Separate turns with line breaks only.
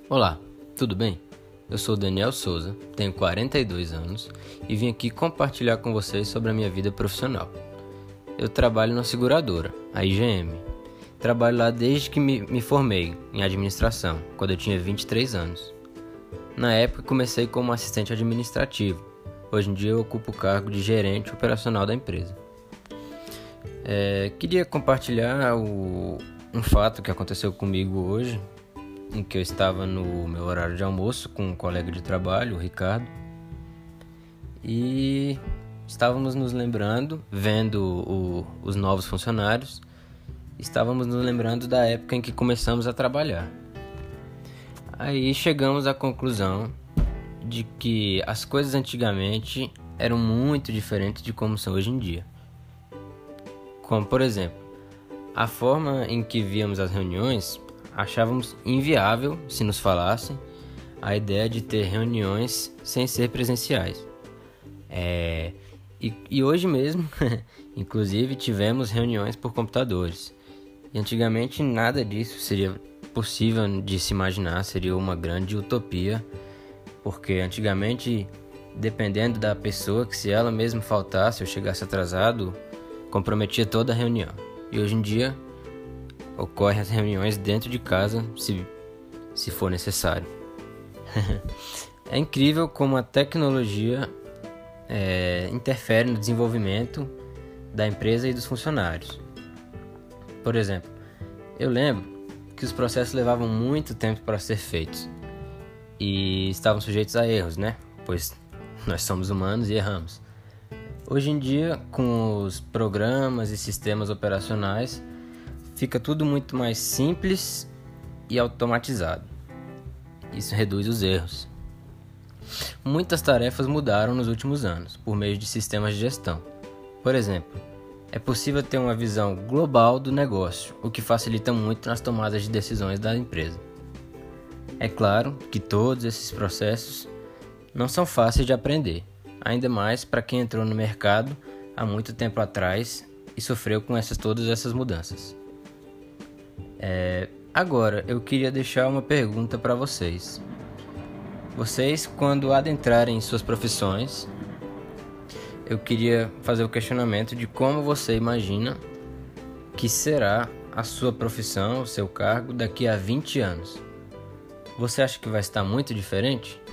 Olá, tudo bem? Eu sou Daniel Souza, tenho 42 anos e vim aqui compartilhar com vocês sobre a minha vida profissional. Eu trabalho na seguradora, a IGM. Trabalho lá desde que me formei em administração, quando eu tinha 23 anos. Na época comecei como assistente administrativo. Hoje em dia eu ocupo o cargo de gerente operacional da empresa. Queria compartilhar um fato que aconteceu comigo hoje, em que eu estava no meu horário de almoço com um colega de trabalho, o Ricardo, e estávamos nos lembrando, vendo os novos funcionários, estávamos nos lembrando da época em que começamos a trabalhar. Aí chegamos à conclusão de que as coisas antigamente eram muito diferentes de como são hoje em dia. Como, por exemplo, a forma em que víamos as reuniões, achávamos inviável, se nos falassem, a ideia de ter reuniões sem ser presenciais. E hoje mesmo, inclusive, tivemos reuniões por computadores. E antigamente nada disso seria possível de se imaginar, seria uma grande utopia, porque antigamente, dependendo da pessoa, que se ela mesma faltasse ou chegasse atrasado, comprometia toda a reunião. E hoje em dia, ocorrem as reuniões dentro de casa, se for necessário. É incrível como a tecnologia interfere no desenvolvimento da empresa e dos funcionários. Por exemplo, eu lembro que os processos levavam muito tempo para ser feitos e estavam sujeitos a erros, né? Pois nós somos humanos e erramos. Hoje em dia, com os programas e sistemas operacionais, fica tudo muito mais simples e automatizado. Isso reduz os erros. Muitas tarefas mudaram nos últimos anos, por meio de sistemas de gestão. Por exemplo, é possível ter uma visão global do negócio, o que facilita muito nas tomadas de decisões da empresa. É claro que todos esses processos não são fáceis de aprender, ainda mais para quem entrou no mercado há muito tempo atrás e sofreu com todas essas mudanças. Agora, eu queria deixar uma pergunta para vocês. Vocês, quando adentrarem em suas profissões, eu queria fazer o questionamento de como você imagina que será a sua profissão, o seu cargo, daqui a 20 anos. Você acha que vai estar muito diferente?